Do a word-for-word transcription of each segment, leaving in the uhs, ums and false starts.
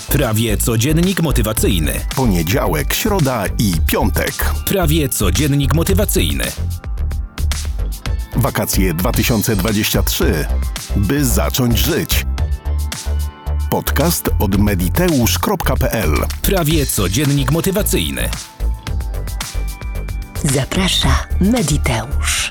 Prawie codziennik motywacyjny. Poniedziałek, środa i piątek. Prawie codziennik motywacyjny. Wakacje dwa tysiące dwudziesty trzeci. By zacząć żyć. Podcast od mediteusz kropka p l. Prawie codziennik motywacyjny. Zaprasza Mediteusz.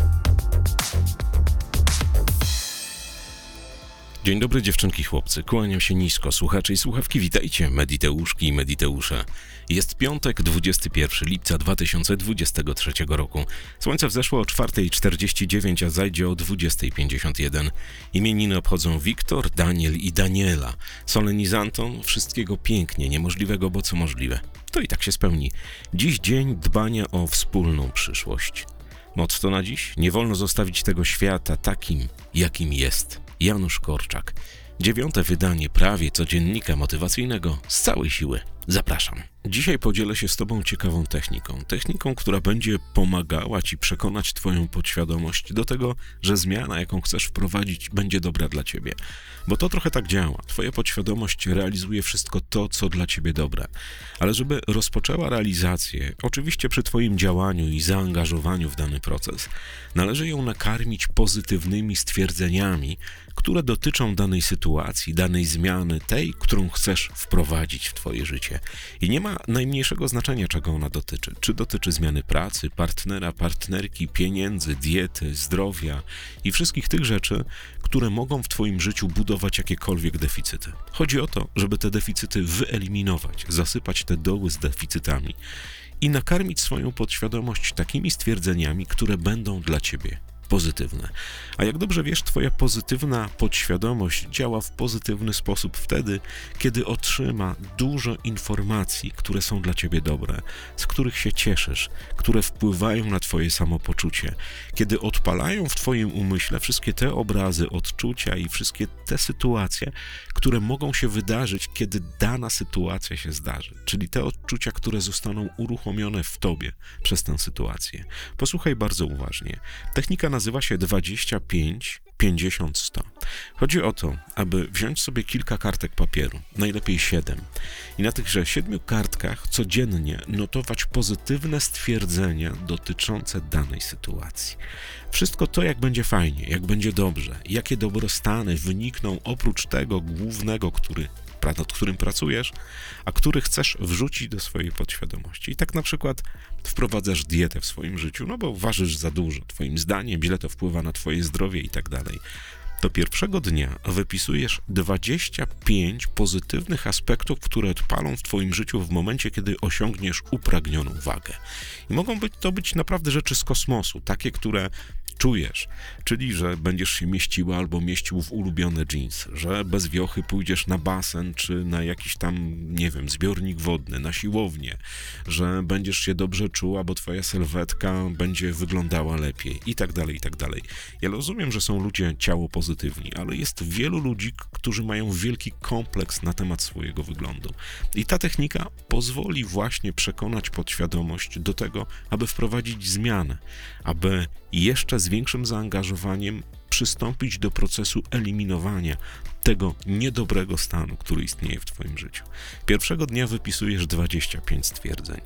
Dzień dobry dziewczynki i chłopcy, kłaniam się nisko, słuchacze i słuchawki, witajcie Mediteuszki i Mediteusze. Jest piątek, dwudziestego pierwszego lipca dwa tysiące dwudziestego trzeciego roku. Słońce wzeszło o czwarta czterdzieści dziewięć, a zajdzie o dwudziesta pięćdziesiąt jeden. Imieniny obchodzą Wiktor, Daniel i Daniela. Solenizantom wszystkiego pięknie, niemożliwego, bo co możliwe. To i tak się spełni. Dziś dzień dbania o wspólną przyszłość. Motto na dziś: nie wolno zostawić tego świata takim, jakim jest. Janusz Korczak. Dziewiąte wydanie prawie codziennika motywacyjnego z całej siły. Zapraszam. Dzisiaj podzielę się z Tobą ciekawą techniką. Techniką, która będzie pomagała Ci przekonać Twoją podświadomość do tego, że zmiana, jaką chcesz wprowadzić, będzie dobra dla Ciebie. Bo to trochę tak działa. Twoja podświadomość realizuje wszystko to, co dla Ciebie dobre. Ale żeby rozpoczęła realizację, oczywiście przy Twoim działaniu i zaangażowaniu w dany proces, należy ją nakarmić pozytywnymi stwierdzeniami, które dotyczą danej sytuacji, danej zmiany, tej, którą chcesz wprowadzić w Twoje życie. I nie ma najmniejszego znaczenia, czego ona dotyczy. Czy dotyczy zmiany pracy, partnera, partnerki, pieniędzy, diety, zdrowia i wszystkich tych rzeczy, które mogą w Twoim życiu budować jakiekolwiek deficyty. Chodzi o to, żeby te deficyty wyeliminować, zasypać te doły z deficytami i nakarmić swoją podświadomość takimi stwierdzeniami, które będą dla Ciebie pozytywne. A jak dobrze wiesz, Twoja pozytywna podświadomość działa w pozytywny sposób wtedy, kiedy otrzyma dużo informacji, które są dla Ciebie dobre, z których się cieszysz, które wpływają na Twoje samopoczucie, kiedy odpalają w Twoim umyśle wszystkie te obrazy, odczucia i wszystkie te sytuacje, które mogą się wydarzyć, kiedy dana sytuacja się zdarzy, czyli te odczucia, które zostaną uruchomione w Tobie przez tę sytuację. Posłuchaj bardzo uważnie. Technika nazywa się dwadzieścia pięć pięćdziesiąt sto. Chodzi o to, aby wziąć sobie kilka kartek papieru, najlepiej siedem, i na tychże siedmiu kartkach codziennie notować pozytywne stwierdzenia dotyczące danej sytuacji. Wszystko to, jak będzie fajnie, jak będzie dobrze, jakie dobrostany wynikną oprócz tego głównego, który nad którym pracujesz, a który chcesz wrzucić do swojej podświadomości. I tak na przykład wprowadzasz dietę w swoim życiu, no bo ważysz za dużo, twoim zdaniem, źle to wpływa na twoje zdrowie i tak dalej. Do pierwszego dnia wypisujesz dwadzieścia pięć pozytywnych aspektów, które odpalą w twoim życiu w momencie, kiedy osiągniesz upragnioną wagę. I mogą być to być naprawdę rzeczy z kosmosu, takie, które czujesz, czyli że będziesz się mieściła albo mieścił w ulubione dżinsy, że bez wiochy pójdziesz na basen, czy na jakiś tam, nie wiem, zbiornik wodny, na siłownię, że będziesz się dobrze czuła, bo twoja sylwetka będzie wyglądała lepiej i tak dalej, i tak dalej. Ja rozumiem, że są ludzie ciało pozytywni, ale jest wielu ludzi, którzy mają wielki kompleks na temat swojego wyglądu. I ta technika pozwoli właśnie przekonać podświadomość do tego, aby wprowadzić zmianę, aby jeszcze z większym zaangażowaniem przystąpić do procesu eliminowania tego niedobrego stanu, który istnieje w Twoim życiu. Pierwszego dnia wypisujesz dwadzieścia pięć stwierdzeń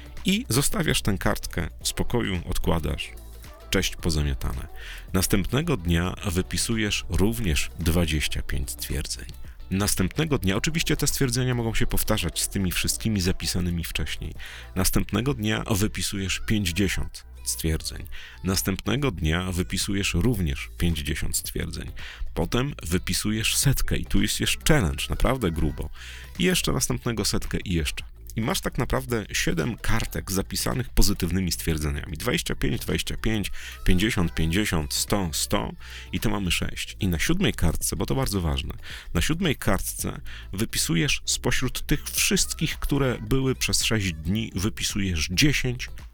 i zostawiasz tę kartkę w spokoju, odkładasz, cześć, pozamiatane. Następnego dnia wypisujesz również dwadzieścia pięć stwierdzeń. Następnego dnia, oczywiście te stwierdzenia mogą się powtarzać z tymi wszystkimi zapisanymi wcześniej. Następnego dnia wypisujesz pięćdziesiąt stwierdzeń. Następnego dnia wypisujesz również pięćdziesiąt stwierdzeń. Potem wypisujesz setkę i tu jest jeszcze challenge, naprawdę grubo. I jeszcze następnego setkę i jeszcze. I masz tak naprawdę siedem kartek zapisanych pozytywnymi stwierdzeniami. dwadzieścia pięć, dwadzieścia pięć, pięćdziesiąt, pięćdziesiąt, sto, sto i to mamy sześć. I na siódmej kartce, bo to bardzo ważne, na siódmej kartce wypisujesz spośród tych wszystkich, które były przez sześć dni, wypisujesz dziesięć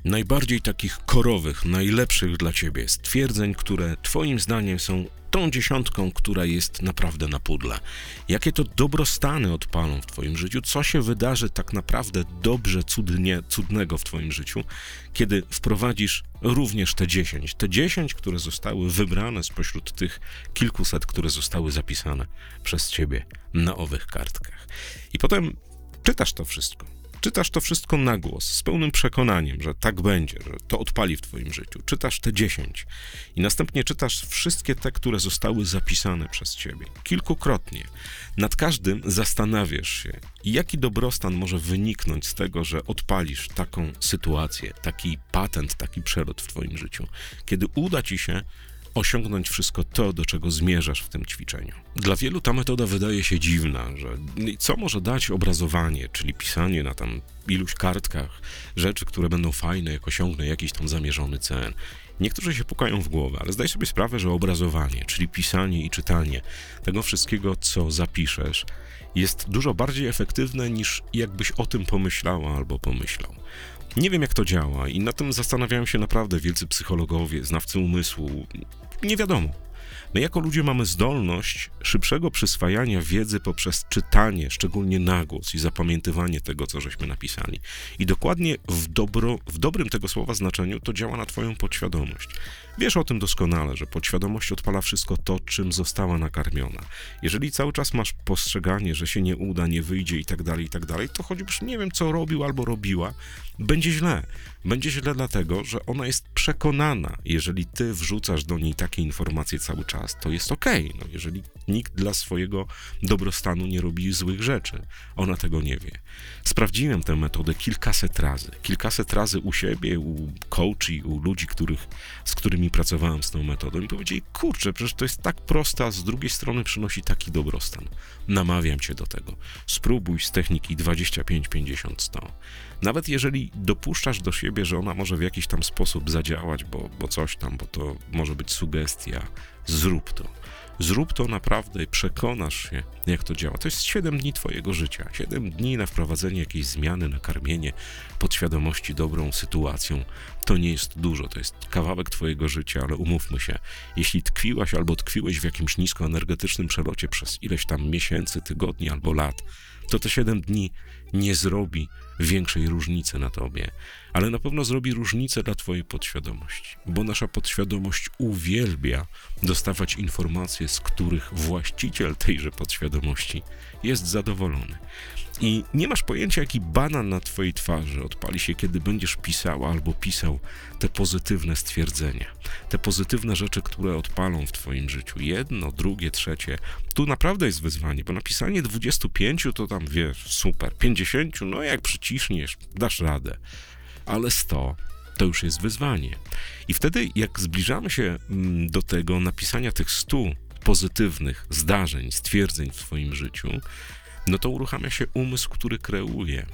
najbardziej takich korowych, najlepszych dla ciebie stwierdzeń, które twoim zdaniem są tą dziesiątką, która jest naprawdę na pudle. Jakie to dobrostany odpalą w twoim życiu, co się wydarzy tak naprawdę dobrze, cudnie, cudnego w twoim życiu, kiedy wprowadzisz również te dziesięć. Te dziesięć, które zostały wybrane spośród tych kilkuset, które zostały zapisane przez ciebie na owych kartkach. I potem czytasz to wszystko. Czytasz to wszystko na głos, z pełnym przekonaniem, że tak będzie, że to odpali w twoim życiu. Czytasz te dziesięć i następnie czytasz wszystkie te, które zostały zapisane przez ciebie. Kilkukrotnie. Nad każdym zastanawiasz się, jaki dobrostan może wyniknąć z tego, że odpalisz taką sytuację, taki patent, taki przelot w twoim życiu. Kiedy uda ci się osiągnąć wszystko to, do czego zmierzasz w tym ćwiczeniu. Dla wielu ta metoda wydaje się dziwna, że co może dać obrazowanie, czyli pisanie na tam iluś kartkach rzeczy, które będą fajne, jak osiągnę jakiś tam zamierzony cel. Niektórzy się pukają w głowę, ale zdaj sobie sprawę, że obrazowanie, czyli pisanie i czytanie tego wszystkiego, co zapiszesz, jest dużo bardziej efektywne niż jakbyś o tym pomyślała albo pomyślał. Nie wiem, jak to działa i na tym zastanawiają się naprawdę wielcy psychologowie, znawcy umysłu. Nie wiadomo. My jako ludzie mamy zdolność szybszego przyswajania wiedzy poprzez czytanie, szczególnie na głos i zapamiętywanie tego, co żeśmy napisali. I dokładnie w, dobro, w dobrym tego słowa znaczeniu to działa na twoją podświadomość. Wiesz o tym doskonale, że podświadomość odpala wszystko to, czym została nakarmiona. Jeżeli cały czas masz postrzeganie, że się nie uda, nie wyjdzie i tak dalej, i tak dalej, to choćbyś nie wiem, co robił albo robiła, będzie źle. Będzie źle dlatego, że ona jest przekonana, jeżeli ty wrzucasz do niej takie informacje cały czas, to jest okej. No, jeżeli nikt dla swojego dobrostanu nie robi złych rzeczy, ona tego nie wie. Sprawdziłem tę metodę kilkaset razy. Kilkaset razy u siebie, u coachi, u ludzi, których, z którymi pracowałem z tą metodą i powiedzieli, kurczę, przecież to jest tak proste, a z drugiej strony przynosi taki dobrostan. Namawiam cię do tego. Spróbuj z techniki dwadzieścia pięć pięćdziesiąt sto. Nawet jeżeli dopuszczasz do siebie, że ona może w jakiś tam sposób zadziałać, bo, bo coś tam, bo to może być sugestia, zrób to. Zrób to naprawdę i przekonasz się, jak to działa. To jest siedem dni twojego życia. siedem dni na wprowadzenie jakiejś zmiany, na karmienie podświadomości dobrą sytuacją. To nie jest dużo, to jest kawałek twojego życia, ale umówmy się, jeśli tkwiłaś albo tkwiłeś w jakimś niskoenergetycznym przelocie przez ileś tam miesięcy, tygodni albo lat, to te siedem dni nie zrobi większej różnicy na tobie, ale na pewno zrobi różnicę dla twojej podświadomości, bo nasza podświadomość uwielbia dostawać informacje, z których właściciel tejże podświadomości jest zadowolony. I nie masz pojęcia, jaki banan na twojej twarzy odpali się, kiedy będziesz pisała albo pisał te pozytywne stwierdzenia, te pozytywne rzeczy, które odpalą w twoim życiu. Jedno, drugie, trzecie. Tu naprawdę jest wyzwanie, bo napisanie dwudziestu pięciu to tam, wiesz, super. pięćdziesięciu, no jak przyciśniesz, dasz radę. Ale sto to już jest wyzwanie. I wtedy, jak zbliżamy się do tego napisania tych stu pozytywnych zdarzeń, stwierdzeń w swoim życiu, no to uruchamia się umysł, który kreuje,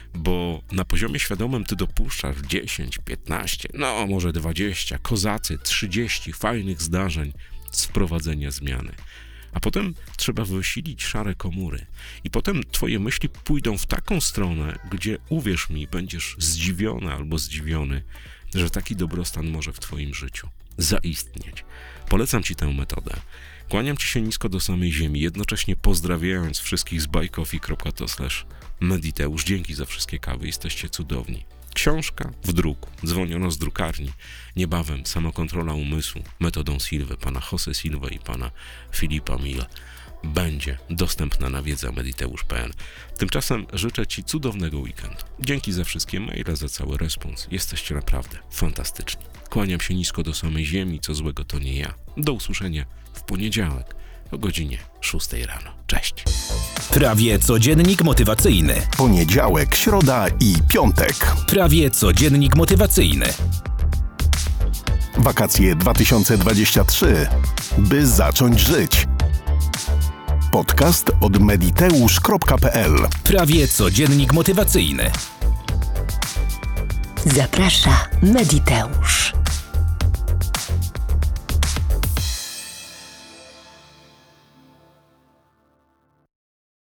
bo na poziomie świadomym ty dopuszczasz dziesięć, piętnaście, no może dwadzieścia, kozacy, trzydzieści fajnych zdarzeń z wprowadzenia zmiany. A potem trzeba wysilić szare komóry i potem twoje myśli pójdą w taką stronę, gdzie, uwierz mi, będziesz zdziwiony albo zdziwiony, że taki dobrostan może w twoim życiu zaistnieć. Polecam ci tę metodę. Kłaniam ci się nisko do samej ziemi, jednocześnie pozdrawiając wszystkich z bajkofi kropka to slash mediteusz. Dzięki za wszystkie kawy, jesteście cudowni. Książka w druku, dzwoniono z drukarni. Niebawem Samokontrola umysłu metodą Silwy, pana Jose Silva i pana Filipa Mila będzie dostępna na wiedza mediteusz kropka p l. Tymczasem życzę ci cudownego weekendu. Dzięki za wszystkie maile, za cały respons. Jesteście naprawdę fantastyczni. Kłaniam się nisko do samej ziemi, co złego to nie ja. Do usłyszenia w poniedziałek o godzinie szóstej rano. Cześć! Prawie codziennik motywacyjny. Poniedziałek, środa i piątek. Prawie codziennik motywacyjny. Wakacje dwa tysiące dwudziesty trzeci. By zacząć żyć. Podcast od mediteusz kropka p l. Prawie codziennik motywacyjny. Zaprasza Mediteusz.